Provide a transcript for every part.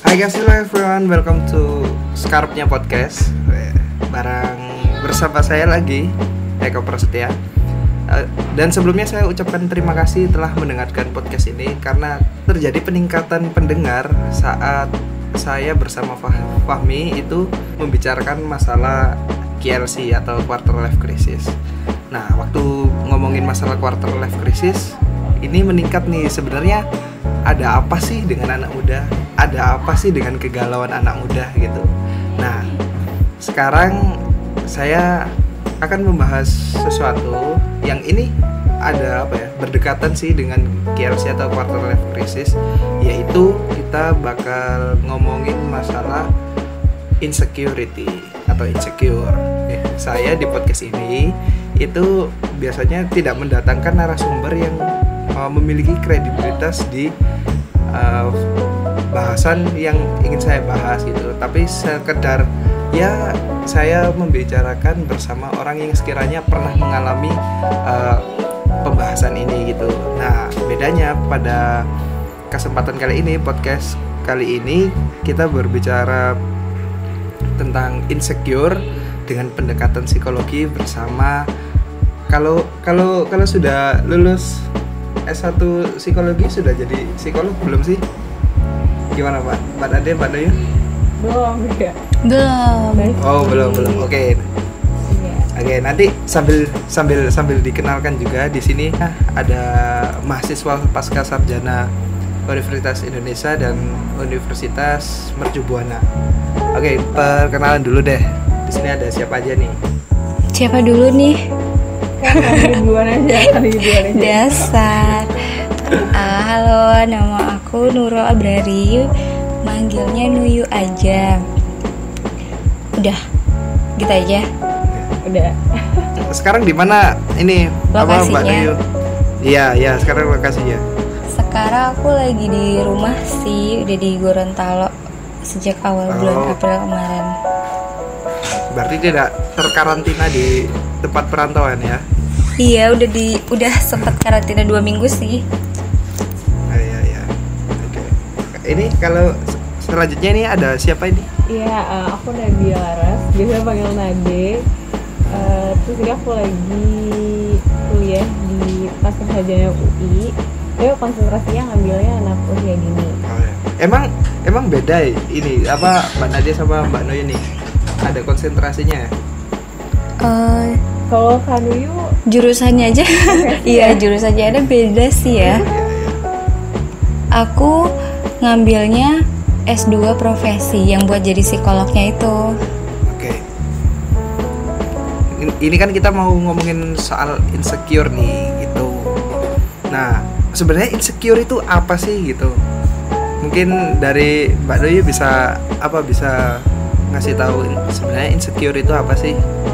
Hai guys, hello everyone, welcome to Skarpnya Podcast. Bersama saya lagi, Eko Prasetya. Dan sebelumnya saya ucapkan terima kasih telah mendengarkan podcast ini karena terjadi peningkatan pendengar saat saya bersama Fahmi itu membicarakan masalah QLC atau quarter life crisis. Nah, waktu ngomongin masalah quarter life crisis ini meningkat nih, sebenarnya ada apa sih dengan anak muda? Ada apa sih dengan kegalauan anak muda gitu? Nah, sekarang saya akan membahas sesuatu yang ini ada berdekatan sih dengan QLC atau quarter life crisis, yaitu kita bakal ngomongin masalah insecurity atau insecure. Saya di podcast ini itu biasanya tidak mendatangkan narasumber yang memiliki kredibilitas di bahasan yang ingin saya bahas gitu, tapi sekedar ya saya membicarakan bersama orang yang sekiranya pernah mengalami pembahasan ini gitu. Nah, bedanya pada kesempatan kali ini, podcast kali ini kita berbicara tentang insecure dengan pendekatan psikologi bersama kalau sudah lulus S1 psikologi sudah jadi psikolog belum sih? Gimana Mbak Nade, Mbak Noyu? Belum. Oh, belum. Oke. Oke, nanti sambil dikenalkan juga di sini ada mahasiswa pasca sarjana Universitas Indonesia dan Universitas Mercu Buana. Oke, perkenalan dulu deh. Di sini ada siapa aja nih? Siapa dulu nih? Kali duluan aja. Dasar. Halo, nama aku Nurul Abrari, manggilnya Nuyu aja. Udah, gitu aja. Udah. Sekarang di mana ini? Lokasinya? Mbak Nuyu? Iya, sekarang lokasinya. Sekarang aku lagi di rumah sih, udah di Gorontalo sejak awal bulan April kemarin. Berarti tidak terkarantina di tempat perantauan ya? Iya, udah sempat karantina 2 minggu sih. Iya. Oke. Ini kalau selanjutnya ini ada siapa ini? Iya, aku Nadia Laras, biasanya panggil Nade. Terus ini aku lagi kuliah di pasca sarjana UI. Dia konsentrasinya ngambilnya anak usia dini. Oh, ya. Emang beda ini apa Mbak Nadia sama Mbak Noy ini? Ada konsentrasinya ya? Kalau Kanuyu Jurusannya aja. Iya, jurusannya ada beda sih ya. Iya. Aku ngambilnya S2 profesi yang buat jadi psikolognya itu. Oke. Ini kan kita mau ngomongin soal insecure nih gitu. Nah, sebenarnya insecure itu apa sih gitu? Mungkin dari Mbak Noy bisa ngasih tahu sebenarnya insecure itu apa sih?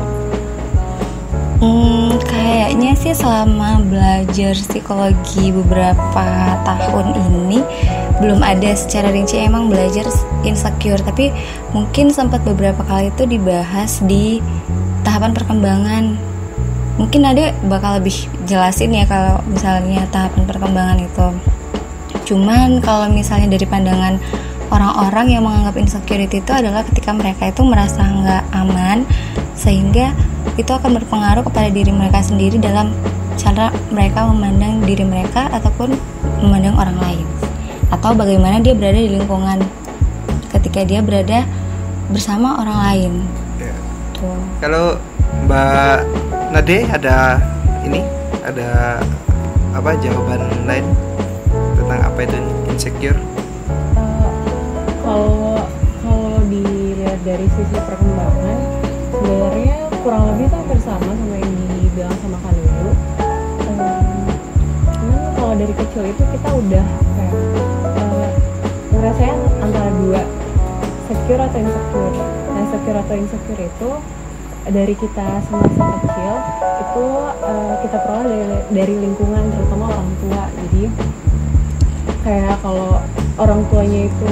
Kayaknya sih selama belajar psikologi beberapa tahun ini belum ada secara rinci emang belajar insecure, tapi mungkin sempat beberapa kali itu dibahas di tahapan perkembangan. Mungkin ada bakal lebih jelasin ya kalau misalnya tahapan perkembangan itu. Cuman kalau misalnya dari pandangan orang-orang yang menganggap insecurity itu adalah ketika mereka itu merasa nggak aman, sehingga itu akan berpengaruh kepada diri mereka sendiri dalam cara mereka memandang diri mereka ataupun memandang orang lain, atau bagaimana dia berada di lingkungan ketika dia berada bersama orang lain. Ya. Kalau Mbak Nade ada jawaban lain tentang apa itu insecure? Kalau dilihat dari sisi perkembangan, sebenarnya kurang lebih itu hampir sama yang dibilang sama Kanuyu. Cuman kalau dari kecil itu kita udah ngerasain antara dua, secure atau insecure. Nah, secure atau insecure itu dari kita semasa kecil itu kita peroleh dari lingkungan, terutama orang tua. Jadi kayak kalau orang tuanya itu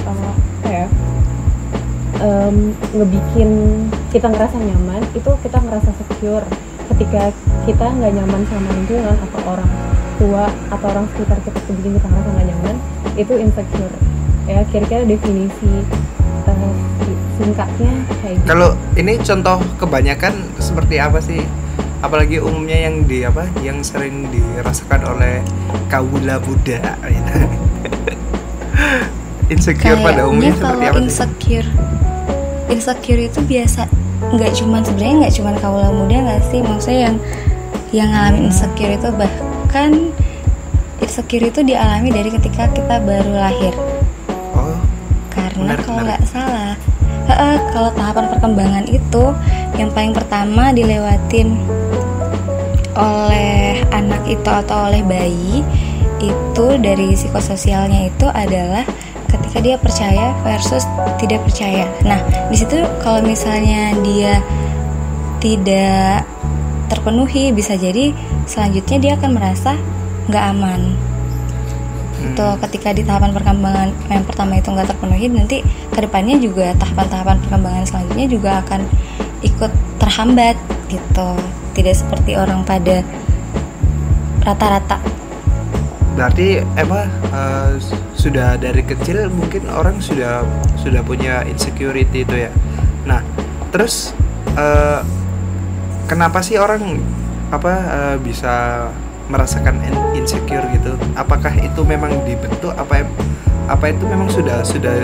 ngebikin kita ngerasa nyaman, itu kita ngerasa secure. Ketika kita nggak nyaman sama lingkungan atau orang tua atau orang sekitar kita bikin kita ngerasa nggak nyaman, itu insecure. Ya kira-kira definisi singkatnya kayak gitu. Kalau ini contoh kebanyakan seperti apa sih? Apalagi umumnya yang yang sering dirasakan oleh kaula muda gitu. Insecure pada umumnya seperti apa sih? Insecure itu biasa sebenarnya nggak cuman kaula muda nggak sih, maksudnya yang ngalamin insecure itu, bahkan insecure itu dialami dari ketika kita baru lahir. Karena kalau nggak salah, kalau tahapan perkembangan itu yang paling pertama dilewatin oleh anak itu atau oleh bayi itu dari psikososialnya itu adalah ketika dia percaya versus tidak percaya. Nah, di situ kalau misalnya dia tidak terpenuhi, bisa jadi selanjutnya dia akan merasa nggak aman. Itu ketika di tahapan perkembangan yang pertama itu nggak terpenuhi, nanti kedepannya juga tahapan-tahapan perkembangan selanjutnya juga akan ikut terhambat gitu. Tidak seperti orang pada rata-rata. Berarti sudah dari kecil mungkin orang sudah punya insecurity itu ya. Nah, terus kenapa sih orang bisa merasakan insecure gitu? Apakah itu memang dibentuk apa itu memang sudah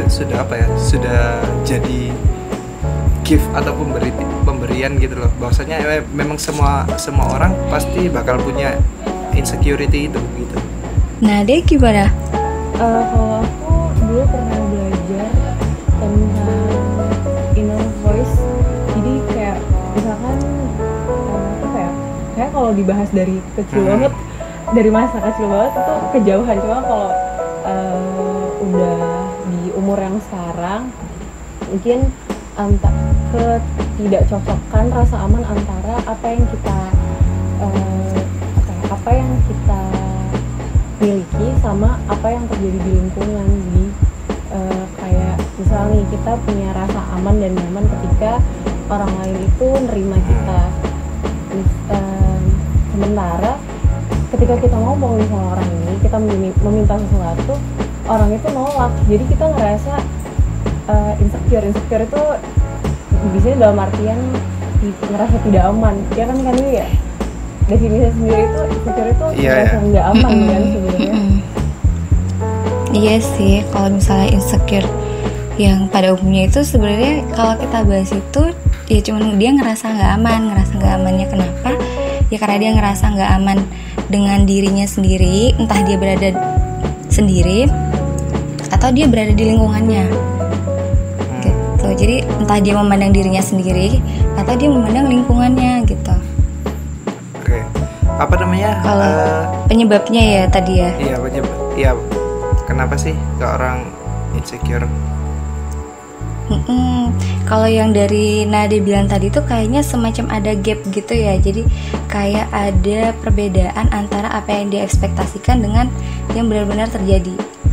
jadi gift atau pemberian gitu loh, bahwasanya memang semua orang pasti bakal punya insecurity itu gitu. Nah, dia gimana? Kalau aku dulu pernah belajar tentang inner voice. Jadi kayak misalkan kayak kalau dibahas dari kecil banget, dari masa kecil banget itu kejauhan. Cuma kalau udah di umur yang sekarang, mungkin ketidakcocokan rasa aman antara apa yang kita miliki sama apa yang terjadi di lingkungan. Jadi kayak misalnya nih, kita punya rasa aman dan nyaman ketika orang lain itu nerima kita. Sementara ketika kita ngomong sama orang ini, kita meminta sesuatu, orang itu nolak, jadi kita ngerasa insecure itu biasanya dalam artian ngerasa tidak aman, ya kan ya definisi sendiri itu insecure itu ngerasa nggak aman kan sebenarnya. Iya sih, kalau misalnya insecure yang pada umumnya itu sebenarnya kalau kita bahas itu ya cuman dia ngerasa nggak amannya kenapa? Ya karena dia ngerasa nggak aman dengan dirinya sendiri, entah dia berada sendiri atau dia berada di lingkungannya. Gitu. Jadi entah dia memandang dirinya sendiri atau dia memandang lingkungannya gitu. Oke. Apa namanya? Kalau penyebabnya ya tadi ya. Iya, iya. Kenapa sih ke orang insecure? Kalau yang dari Nade bilang tadi tuh kayaknya semacam ada gap gitu ya. Jadi kayak ada perbedaan antara apa yang dia ekspektasikan dengan yang benar-benar terjadi.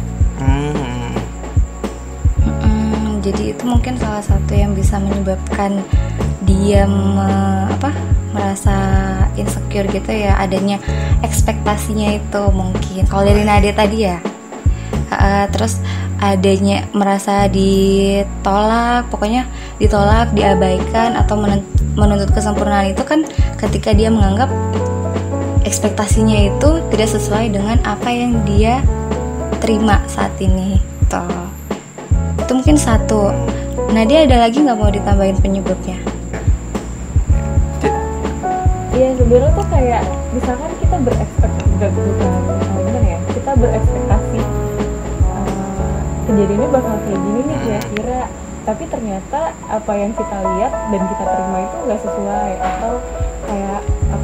Jadi itu mungkin salah satu yang bisa menyebabkan dia merasa insecure gitu ya, adanya ekspektasinya itu mungkin. Kalau dari Nade tadi ya. Terus adanya merasa ditolak, pokoknya ditolak, diabaikan atau menuntut kesempurnaan itu kan ketika dia menganggap ekspektasinya itu tidak sesuai dengan apa yang dia terima saat ini gitu. Itu mungkin satu. Nah, dia ada lagi nggak mau ditambahin penyebabnya? Iya, sebenarnya tuh kayak misalkan kita berekspektasi kejadiannya bakal kayak gini nih kira-kira, tapi ternyata apa yang kita lihat dan kita terima itu nggak sesuai, atau kayak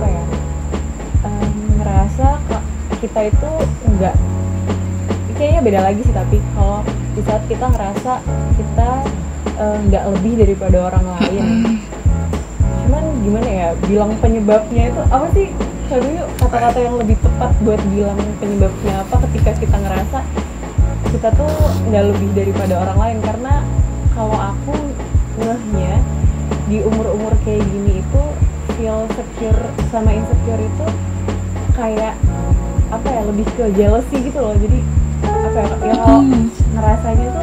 ngerasa kita itu nggak, kayaknya beda lagi sih. Tapi kalau di saat kita ngerasa kita nggak lebih daripada orang lain, cuman gimana ya bilang penyebabnya itu apa sih? Yuk, kata-kata yang lebih tepat buat bilang penyebabnya apa ketika kita ngerasa kita tuh nggak lebih daripada orang lain. Karena kalau aku ngehnya di umur-umur kayak gini itu feel secure sama insecure itu kayak lebih ke jealousy gitu loh. Jadi kalau ngerasanya tuh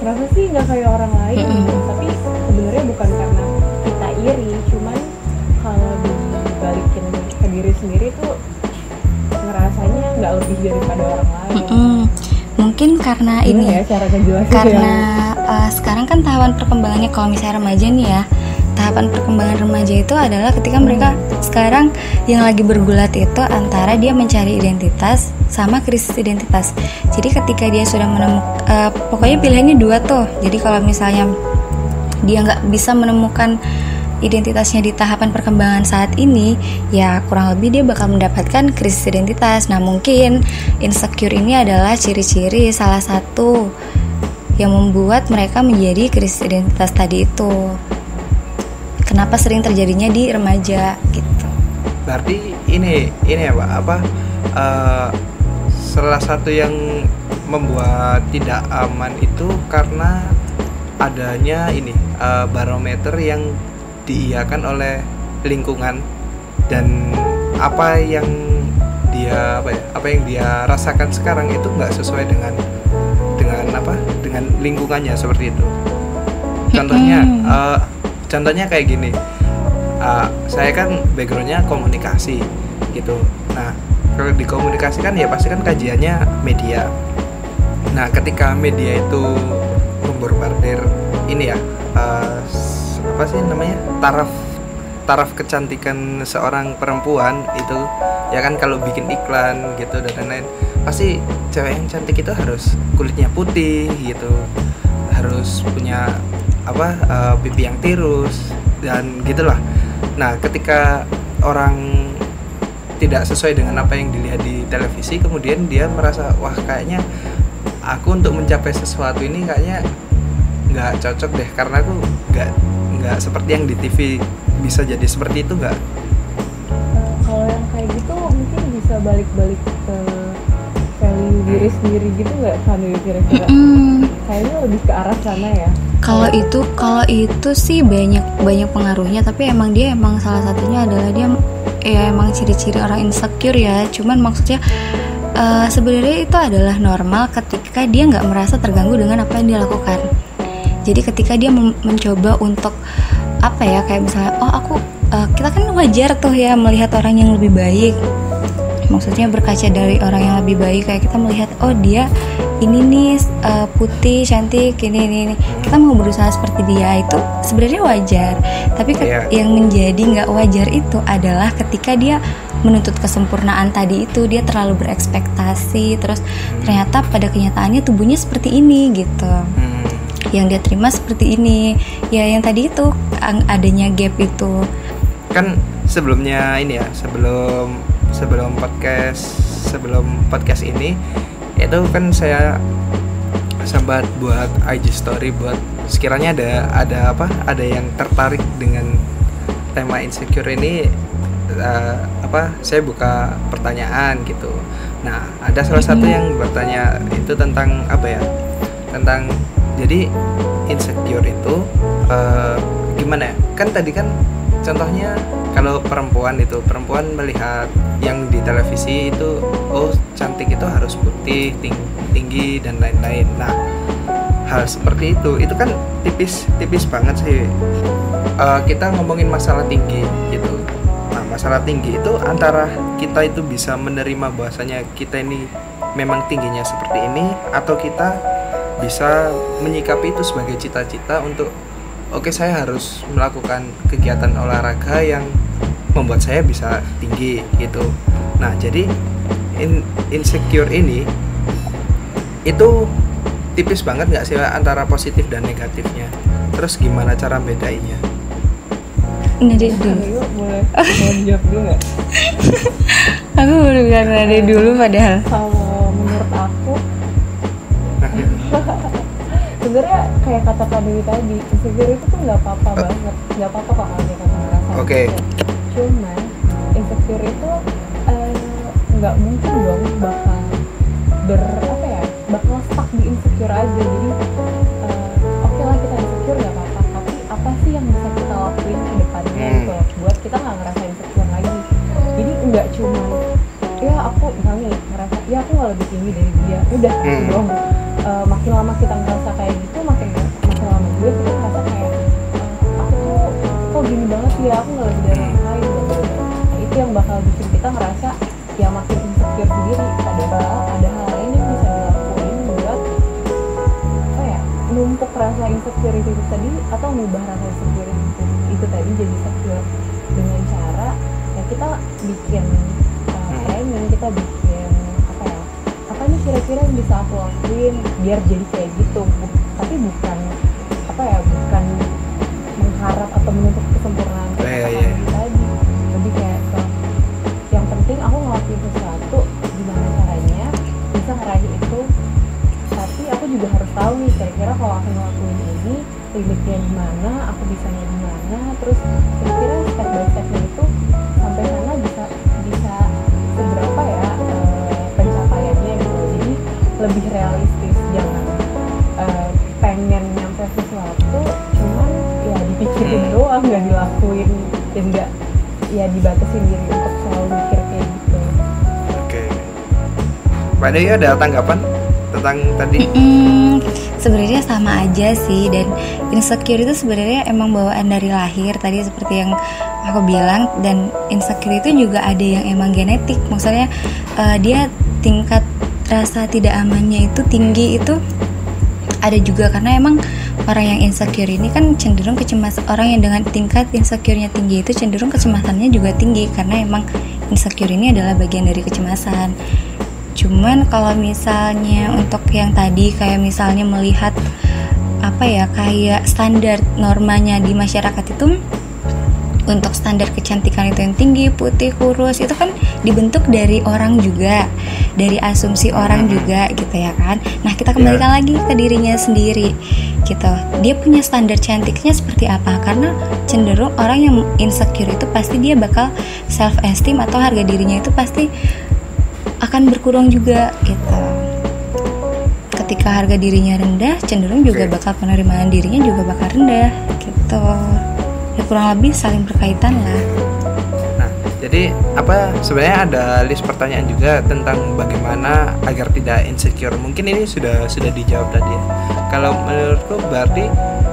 kenapa sih nggak kayak orang lain? Tapi sebenarnya bukan karena kita iri, cuman kalau dibalikin ke diri sendiri tuh ngerasanya nggak lebih daripada orang lain. Mungkin karena Gimana ini ya cara ngejelasin karena sekarang kan tahapan perkembangannya, kalau misalnya remaja nih ya, tahapan perkembangan remaja itu adalah ketika mereka sekarang yang lagi bergulat itu antara dia mencari identitas sama krisis identitas. Jadi ketika dia sudah menemukan, pokoknya pilihannya dua tuh. Jadi kalau misalnya dia nggak bisa menemukan identitasnya di tahapan perkembangan saat ini, ya kurang lebih dia bakal mendapatkan krisis identitas. Nah mungkin insecure ini adalah ciri-ciri salah satu yang membuat mereka menjadi krisis identitas tadi itu. Kenapa sering terjadinya di remaja gitu. Berarti ini ya Pak, salah satu yang membuat tidak aman itu karena adanya ini barometer yang diiyakan oleh lingkungan, dan apa yang dia rasakan sekarang itu nggak sesuai dengan lingkungannya seperti itu. Contohnya kayak gini, saya kan backgroundnya komunikasi gitu. Nah kalau di komunikasi kan ya pasti kan kajiannya media. Nah ketika media itu membombardir ini ya apa sih namanya, taraf kecantikan seorang perempuan itu ya kan, kalau bikin iklan gitu dan lain-lain, pasti cewek yang cantik itu harus kulitnya putih gitu, harus punya pipi yang tirus dan gitulah. Nah ketika orang tidak sesuai dengan apa yang dilihat di televisi, kemudian dia merasa wah kayaknya aku untuk mencapai sesuatu ini kayaknya nggak cocok deh, karena aku nggak seperti yang di TV. Bisa jadi seperti itu nggak? Kalau yang kayak gitu mungkin bisa balik-balik ke value diri sendiri gitu nggak, Fanny, kira-kira? Kayaknya lebih ke arah sana ya. Kalau itu sih banyak pengaruhnya, tapi emang salah satunya adalah dia ya emang ciri-ciri orang insecure ya. Cuman maksudnya sebenarnya itu adalah normal ketika dia nggak merasa terganggu dengan apa yang dia lakukan. Jadi ketika dia mencoba untuk kayak misalnya kita kan wajar tuh ya melihat orang yang lebih baik, maksudnya berkaca dari orang yang lebih baik, kayak kita melihat dia ini nih putih cantik ini kita mau berusaha seperti dia, itu sebenarnya wajar. Tapi yang menjadi nggak wajar itu adalah ketika dia menuntut kesempurnaan tadi itu, dia terlalu berekspektasi, terus ternyata pada kenyataannya tubuhnya seperti ini gitu. Yang dia terima seperti ini ya, yang tadi itu adanya gap itu kan. Sebelumnya ini ya, sebelum podcast ini itu kan saya sempat buat IG story buat sekiranya ada yang tertarik dengan tema insecure ini, saya buka pertanyaan gitu. Nah ada salah satu yang bertanya itu tentang tentang jadi insecure itu gimana ya? Kan tadi kan contohnya kalau perempuan melihat yang di televisi itu, cantik itu harus putih, tinggi dan lain-lain. Nah hal seperti itu kan tipis banget sih. Kita ngomongin masalah tinggi gitu. Nah masalah tinggi itu antara kita itu bisa menerima bahwasanya kita ini memang tingginya seperti ini, atau kita bisa menyikapi itu sebagai cita-cita untuk saya harus melakukan kegiatan olahraga yang membuat saya bisa tinggi gitu. Nah jadi insecure ini itu tipis banget nggak sih antara positif dan negatifnya? Terus gimana cara bedainnya? Nadie dulu. Boleh jawab dulu nggak? Aku baru bilang Nadie dulu padahal. Kalau menurut aku sebenarnya kayak kata Kak Dewi tadi, insecure itu tuh nggak apa-apa banget, nggak apa-apa kok kalau kita ngerasa insecure. Cuman insecure itu nggak mungkin dong bakal bakal stuck di insecure aja. Jadi oke lah kita insecure nggak apa-apa, tapi apa sih yang bisa kita lakuin ke depannya gitu buat kita nggak ngerasa insecure lagi. Jadi nggak cuma ya aku ngerasa ya aku nggak lebih tinggi dari dia, udah dong. Makin lama kita ngerasa kayak gitu, makin ngerasa ya makin insecure sendiri, padahal ada hal lain yang bisa dilakuin buat apa ya, numpuk rasa insecurity itu tadi atau ngubah rasa insecurity itu tadi jadi secure dengan cara ya kita bikin planning, kita bikin apa ya, apa nih kira-kira yang bisa aku lakuin biar jadi kayak gitu, tapi bukan apa ya, bukan mengharap atau menuntut kesempurnaan tadi, lebih kayak ke yang penting aku ngelakuin sesuatu gimana caranya bisa ngeraih itu, tapi aku juga harus tahu nih kira-kira kalau aku ngelakuin ini limitnya di mana, aku bisanya di mana, terus kira-kira step by stepnya itu sampai sana bisa seberapa ya pencapaiannya gitu. Jadi lebih realistis, jangan pengen nyampe sesuatu cuman ya dipikirin doang, nggak dilakuin dan nggak ya dibatasin diri untuk selalu mikir kayak gitu. Oke. Pak Dewi ada tanggapan tentang tadi? Sebenarnya sama aja sih, dan insecure itu sebenarnya emang bawaan dari lahir tadi seperti yang aku bilang, dan insecure itu juga ada yang emang genetik, maksudnya dia tingkat rasa tidak amannya itu tinggi, itu ada juga karena emang orang yang insecure ini kan cenderung kecemasan, orang yang dengan tingkat insecure-nya tinggi itu cenderung kecemasannya juga tinggi karena emang insecure ini adalah bagian dari kecemasan. Cuman kalau misalnya untuk yang tadi kayak misalnya melihat apa ya, kayak standar normanya di masyarakat itu untuk standar kecantikan itu yang tinggi, putih, kurus, itu kan dibentuk dari orang juga, dari asumsi orang juga gitu ya kan. Nah kita kembalikan lagi ke dirinya sendiri gitu, dia punya standar cantiknya seperti apa, karena cenderung orang yang insecure itu pasti dia bakal self esteem atau harga dirinya itu pasti akan berkurang juga gitu. Ketika harga dirinya rendah, cenderung juga bakal penerimaan dirinya juga bakal rendah gitu. Ya kurang lebih saling berkaitan lah. Nah, jadi apa sebenarnya ada list pertanyaan juga tentang bagaimana agar tidak insecure. Mungkin ini sudah dijawab tadi ya. Kalau menurutku berarti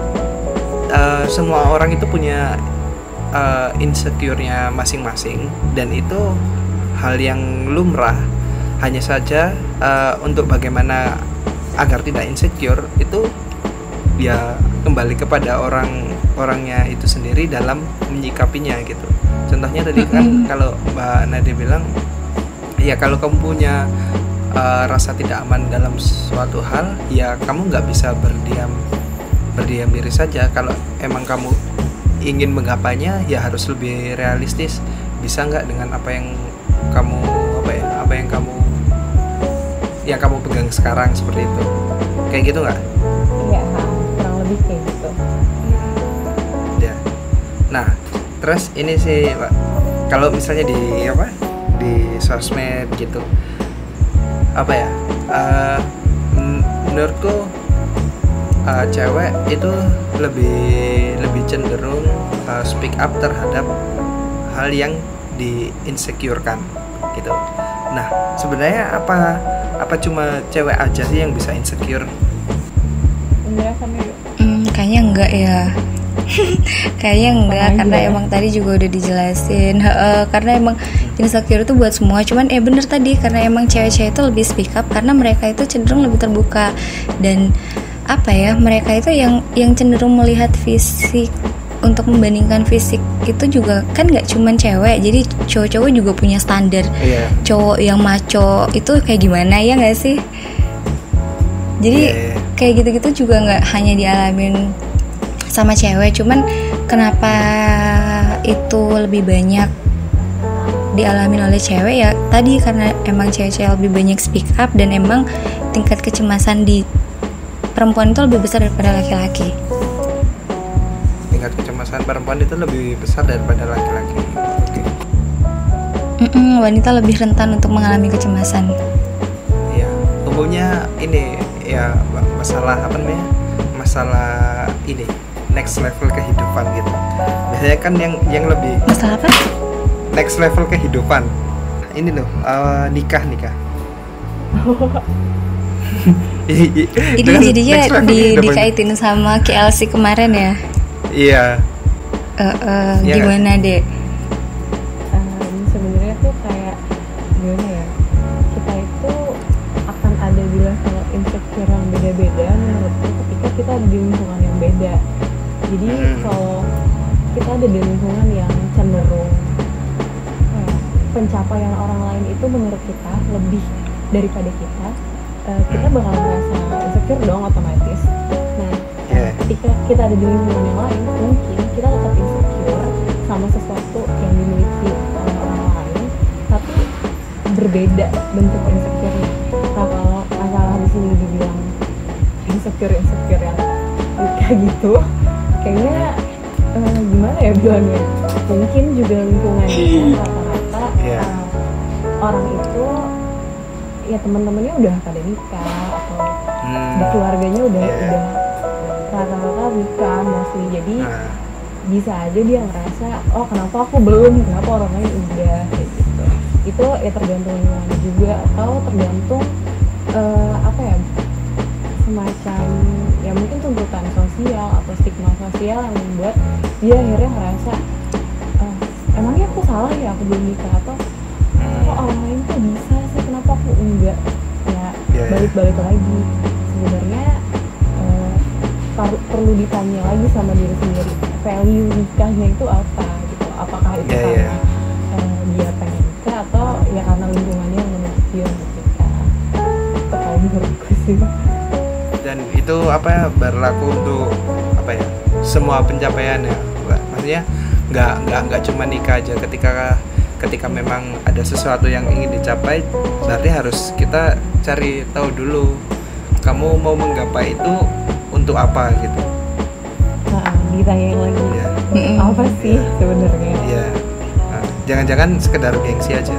semua orang itu punya insecure-nya masing-masing, dan itu hal yang lumrah. Hanya saja untuk bagaimana agar tidak insecure itu ya kembali kepada orangnya itu sendiri dalam menyikapinya gitu. Contohnya tadi kan kalau Mbak Nadia bilang ya kalau kamu punya rasa tidak aman dalam suatu hal, ya kamu nggak bisa berdiam diri saja. Kalau emang kamu ingin menggapainya ya harus lebih realistis. Bisa nggak dengan apa yang kamu pegang sekarang, seperti itu. Kayak gitu nggak? Iya, kurang lebih kayak gitu. Ya. Nah, terus ini sih Pak, kalau misalnya di sosmed gitu, apa ya? Menurutku cewek itu lebih cenderung speak up terhadap hal yang di-insecurekan gitu. Nah, sebenarnya apa cuma cewek aja sih yang bisa insecure? Kayaknya enggak ya. Kayaknya enggak, karena emang tadi juga udah dijelasin. Karena emang insecure itu buat semua. Cuman bener tadi, karena emang cewek-cewek itu lebih speak up karena mereka itu cenderung lebih terbuka, dan apa ya, mereka itu yang cenderung melihat fisik. Untuk membandingkan fisik itu juga kan nggak cuman cewek, jadi cowok-cowok juga punya standar. Cowok yang maco itu kayak gimana ya nggak sih? Jadi kayak gitu-gitu juga nggak hanya dialamin sama cewek, cuman kenapa itu lebih banyak dialamin oleh cewek ya tadi karena emang cewek-cewek lebih banyak speak up, dan emang tingkat kecemasan di perempuan itu lebih besar daripada laki-laki. Tingkat kecemasan perempuan itu lebih besar daripada laki-laki. Wanita lebih rentan untuk mengalami kecemasan. Iya, umumnya ini ya masalah masalah ini next level kehidupan gitu. Biasanya kan yang lebih masalah apa? Next level kehidupan. Ini loh, nikah. Ini jadinya dikaitin sama KLC kemarin ya. Iya. Gimana deh? Sebenarnya tuh kayak insecure yang beda-beda menurutku ketika kita ada di lingkungan yang beda. Jadi kalau kita ada di lingkungan yang cenderung pencapaian orang lain itu menurut kita lebih daripada kita, kita bakal merasa insecure dong otomatis. Nah, ketika kita ada di lingkungan yang lain, mungkin kita tetap insecure sama sesuatu yang dimiliki oleh orang lain, tapi berbeda bentuk insecure-nya. Nah, kalau masalah di sini dibilang insecure yang kayak gitu, kayaknya gimana ya bilangnya? Mungkin juga lingkungannya rata-rata orang itu ya teman-temannya udah pada nikah atau di keluarganya udah rata-rata nikah mostly, jadi bisa aja dia ngerasa oh kenapa aku belum, kenapa orang lain udah kayak gitu. Itu ya tergantung lingkungannya juga, atau tergantung apa ya, semacam ya mungkin tuntutan sosial atau stigma sosial yang membuat dia akhirnya ngerasa emangnya aku salah ya aku belum nikah, atau kok orang lain tuh bisa sih kenapa aku enggak. Ya balik-balik lagi sebenarnya perlu ditanya lagi sama diri sendiri, value nikahnya itu apa gitu, apakah itu karena dia pengen nikah atau ya karena lingkungannya yang menuntut dia untuk nikah. Itu kalau menurutku sih. Dan itu berlaku untuk semua pencapaian ya, maksudnya nggak cuma nikah aja. Ketika memang ada sesuatu yang ingin dicapai, berarti harus kita cari tahu dulu kamu mau menggapai itu untuk apa gitu. Nah, ditanyain lagi apa sih sebenarnya? Iya. Jangan-jangan sekedar gengsi aja.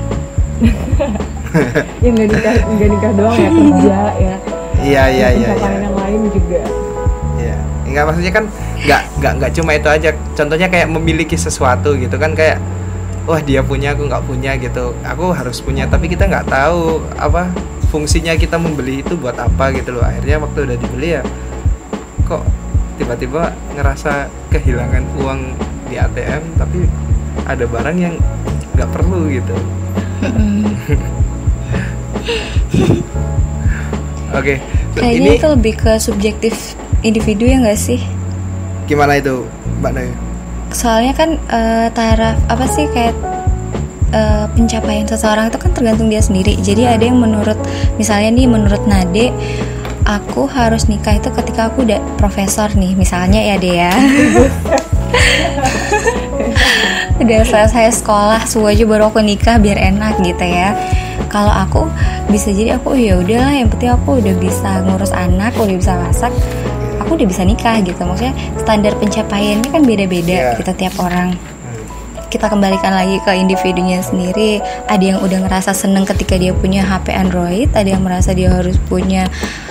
Ya nggak nikah doang ya, kerja ya. Iya. Pencapaian yang lain juga. Iya. Enggak, maksudnya kan nggak cuma itu aja. Contohnya kayak memiliki sesuatu gitu kan, kayak wah dia punya aku nggak punya gitu. Aku harus punya, tapi kita nggak tahu apa fungsinya kita membeli itu buat apa gitu loh. Akhirnya waktu udah dibeli ya kok tiba-tiba ngerasa kehilangan uang di ATM, tapi ada barang yang nggak perlu gitu. Oke. Kayaknya itu lebih ke subjektif individu ya nggak sih? Gimana itu Mbak Nay? Soalnya kan taraf apa sih kayak pencapaian seseorang itu kan tergantung dia sendiri. Jadi ada yang menurut misalnya nih menurut Nade, aku harus nikah itu ketika aku udah profesor nih misalnya ya Dea. Udah selesai sekolah aja baru aku nikah biar enak gitu ya. Kalau aku bisa jadi aku ya udahlah yang penting aku udah bisa ngurus anak, udah bisa masak, aku udah bisa nikah gitu. Maksudnya standar pencapaiannya kan beda-beda kita tiap orang. Kita kembalikan lagi ke individunya sendiri. Ada yang udah ngerasa seneng ketika dia punya HP Android, ada yang merasa dia harus punya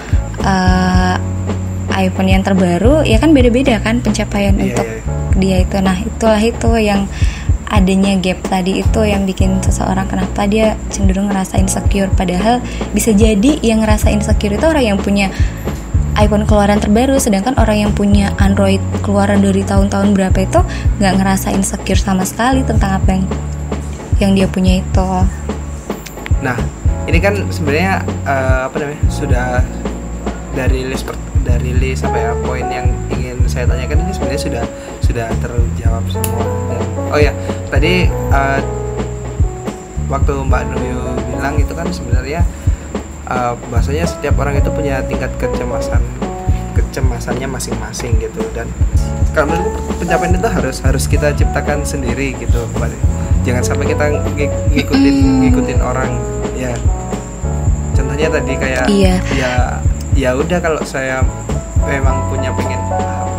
iPhone yang terbaru. Ya kan beda-beda kan pencapaian untuk dia itu. Nah itulah itu yang adanya gap tadi itu yang bikin seseorang kenapa dia cenderung ngerasa insecure. Padahal bisa jadi yang ngerasa insecure itu orang yang punya iPhone keluaran terbaru, sedangkan orang yang punya Android keluaran dari tahun-tahun berapa itu nggak ngerasa insecure sama sekali tentang apa yang dia punya itu. Nah ini kan sebenarnya sudah dari list poin yang ingin saya tanyakan ini sebenarnya sudah terjawab semua. Dan tadi waktu Mbak Nuyu bilang itu kan sebenarnya bahasanya setiap orang itu punya tingkat kecemasannya masing-masing gitu. Dan kalau menurutku pencapaian itu harus kita ciptakan sendiri gitu. Jangan sampai kita ngikutin orang ya. Contohnya tadi kayak ya udah kalau saya memang pengen HP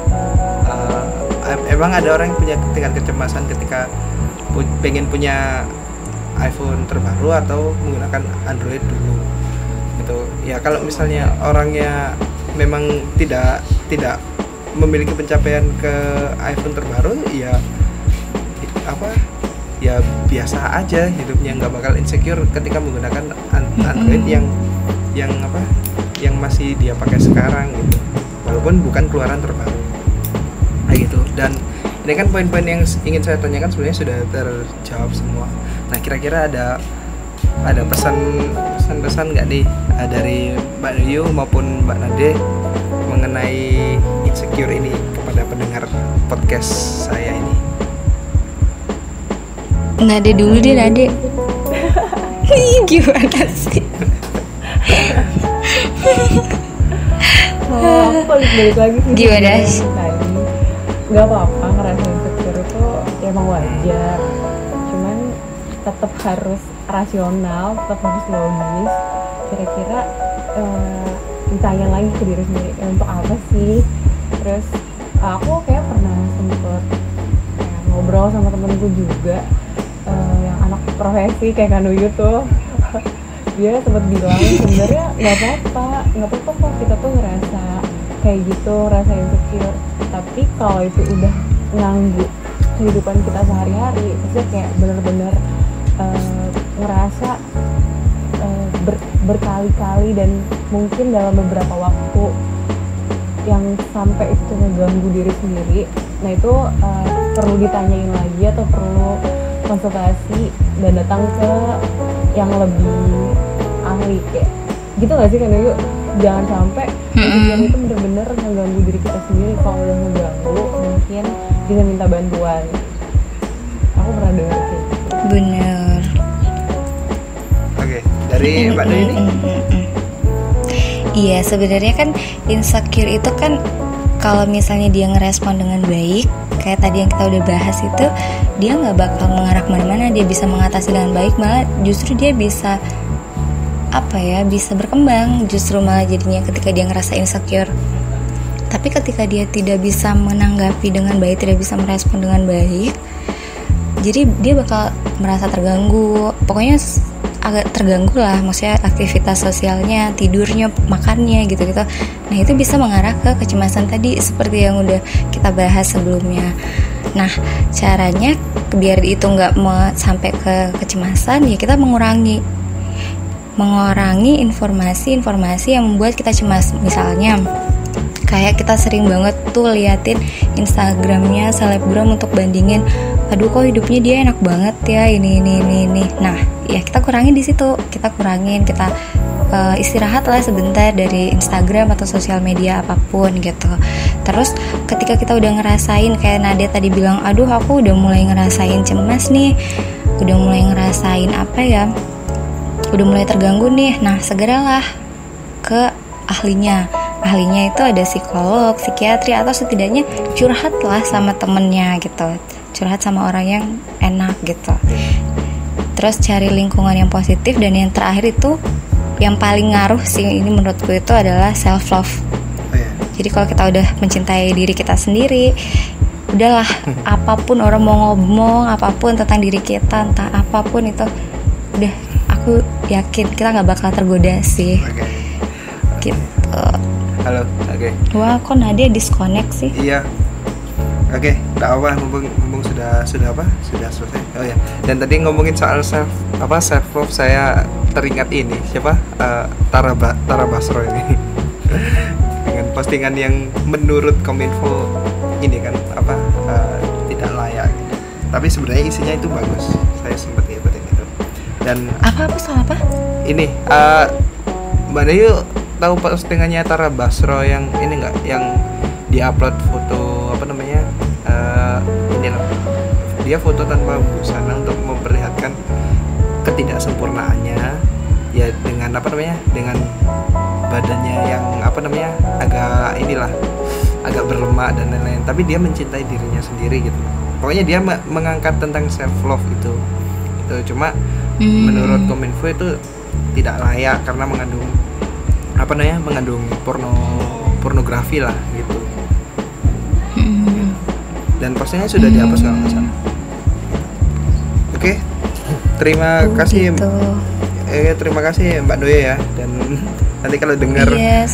emang ada orang yang punya tingkat kecemasan ketika pengen punya iPhone terbaru atau menggunakan Android dulu gitu. Ya kalau misalnya orangnya memang tidak memiliki pencapaian ke iPhone terbaru, ya biasa aja hidupnya, nggak bakal insecure ketika menggunakan Android yang masih dia pakai sekarang gitu, walaupun bukan keluaran terbaru kayak gitu. Dan ini kan poin-poin yang ingin saya tanyakan sebenarnya sudah terjawab semua. Nah kira-kira ada pesan pesan-pesan nggak nih dari Mbak Nuyu maupun Mbak Nade mengenai insecure ini kepada pendengar podcast saya ini? Nade dulu deh, Nade. Gimana sih? Aku balik lagi sih. Gimana? Tadi nggak apa-apa ngerasa insecure itu ya emang wajar. Cuman tetap harus rasional, tetap harus logis. Kira-kira ditanya lagi ke diri sendiri, untuk apa sih? Terus aku kayak pernah sempet ngobrol sama temenku juga yang anak profesi kayak Kanuyu tuh. Dia sempat bilang sebenarnya nggak apa-apa kok kita tuh ngerasa kayak gitu, rasa insecure. Tapi kalau itu udah nganggu kehidupan kita sehari-hari, maksudnya kayak bener-bener ngerasa berkali-kali dan mungkin dalam beberapa waktu yang sampai itu ngeganggu diri sendiri, nah itu perlu ditanyain lagi atau perlu konsultasi dan datang ke yang lebih ahli kayak gitu nggak sih? Karena yuk jangan sampai insecure itu bener-bener ngeganggu diri kita sendiri. Kalau udah ngeganggu mungkin bisa minta bantuan. Aku pernah dengar kayak gitu. Bener. Oke, dari Mbak Nuyu ini? Iya, sebenarnya kan insecure itu kan kalau misalnya dia ngerespon dengan baik, kayak tadi yang kita udah bahas itu, dia nggak bakal mengarah kemana-mana, dia bisa mengatasi dengan baik, malah justru dia bisa bisa berkembang, justru malah jadinya ketika dia ngerasa insecure. Tapi ketika dia tidak bisa menanggapi dengan baik, tidak bisa merespon dengan baik, jadi dia bakal merasa terganggu, pokoknya agak terganggu lah, maksudnya aktivitas sosialnya, tidurnya, makannya gitu-gitu. Nah itu bisa mengarah ke kecemasan tadi seperti yang udah kita bahas sebelumnya. Nah caranya biar itu nggak sampai ke kecemasan, ya kita mengurangi informasi-informasi yang membuat kita cemas. Misalnya kayak kita sering banget tuh liatin Instagramnya selebgram untuk bandingin, aduh kok hidupnya dia enak banget ya, ini. Nah ya kita kurangin di situ, kita istirahat lah sebentar dari Instagram atau sosial media apapun gitu. Terus ketika kita udah ngerasain kayak Nadia tadi bilang, aduh aku udah mulai ngerasain cemas nih, udah mulai ngerasain udah mulai terganggu nih, nah segeralah ke ahlinya itu ada psikolog, psikiatri, atau setidaknya curhatlah sama temennya gitu, curhat sama orang yang enak gitu. Terus cari lingkungan yang positif, dan yang terakhir itu yang paling ngaruh sih ini menurutku itu adalah self love. Jadi kalau kita udah mencintai diri kita sendiri, udahlah apapun orang mau ngomong apapun tentang diri kita, entah apapun itu, udah aku yakin kita nggak bakal tergoda sih. Gitu. Halo, oke. Wah, kok Nadia disconnect sih? Iya. Oke, tak apa, mumpung sudah selesai. Oh ya. Dan tadi ngomongin soal self love, saya teringat ini siapa? Tara Basro ini. Dengan postingan yang menurut Kominfo ini kan tidak layak. Tapi sebenarnya isinya itu bagus. Saya sempat ngikutin itu. Dan soal apa? Ini Mbak Nuyu tahu postingannya Tara Basro yang ini nggak, yang diupload foto ini loh, dia foto tanpa busana untuk memperlihatkan ketidaksempurnaannya ya, dengan dengan badannya yang agak berlemak dan lain-lain, tapi dia mencintai dirinya sendiri gitu. Pokoknya dia mengangkat tentang self love itu cuma menurut Kominfo itu tidak layak karena mengandung pornografi lah gitu. Dan postingnya sudah dihapus kalau nggak salah. Oke, terima kasih. Gitu. Terima kasih Mbak Nuyu ya. Dan nanti kalau dengar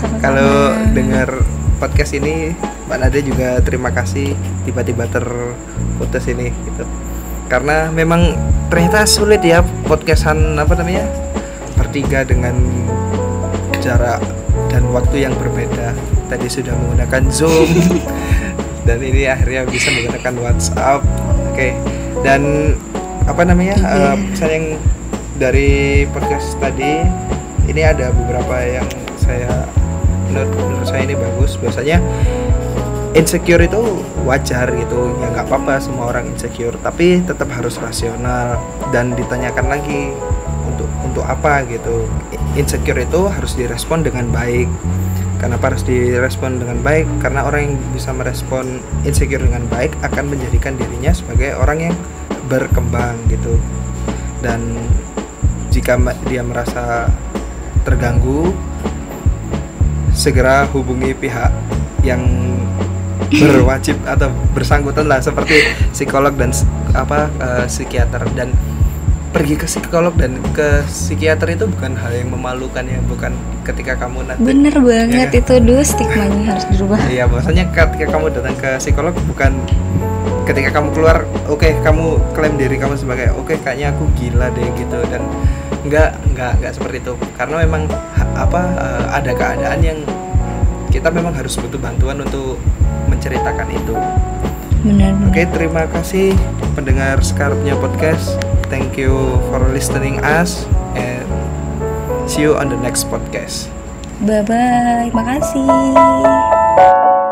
podcast ini, Mbak Nade juga terima kasih tiba-tiba terputus ini gitu. Karena memang ternyata sulit ya podcastan bertiga dengan jarak dan waktu yang berbeda. Tadi sudah menggunakan Zoom dan ini akhirnya bisa menggunakan WhatsApp. Oke. Dan pesan yang dari podcast tadi ini ada beberapa yang saya menurut saya ini bagus. Biasanya insecure itu wajar gitu, ya nggak apa-apa semua orang insecure, tapi tetap harus rasional dan ditanyakan lagi untuk apa gitu. Insecure itu harus direspon dengan baik. Kenapa harus direspon dengan baik? Karena orang yang bisa merespon insecure dengan baik akan menjadikan dirinya sebagai orang yang berkembang gitu. Dan jika dia merasa terganggu, segera hubungi pihak yang berwajib atau bersangkutan lah, seperti psikolog dan psikiater. Dan pergi ke psikolog dan ke psikiater itu bukan hal yang memalukan ya, bukan ketika kamu nanti. Bener banget ya, itu dulu stigmanya harus dirubah. Iya, maksudnya ketika kamu datang ke psikolog bukan ketika kamu keluar kamu klaim diri kamu sebagai kayaknya aku gila deh gitu, dan enggak seperti itu, karena memang ada keadaan yang kita memang harus butuh bantuan untuk menceritakan itu. Benar. Oke, terima kasih pendengar Skarpnya Podcast. Thank you for listening us and see you on the next podcast. Bye bye. Makasih.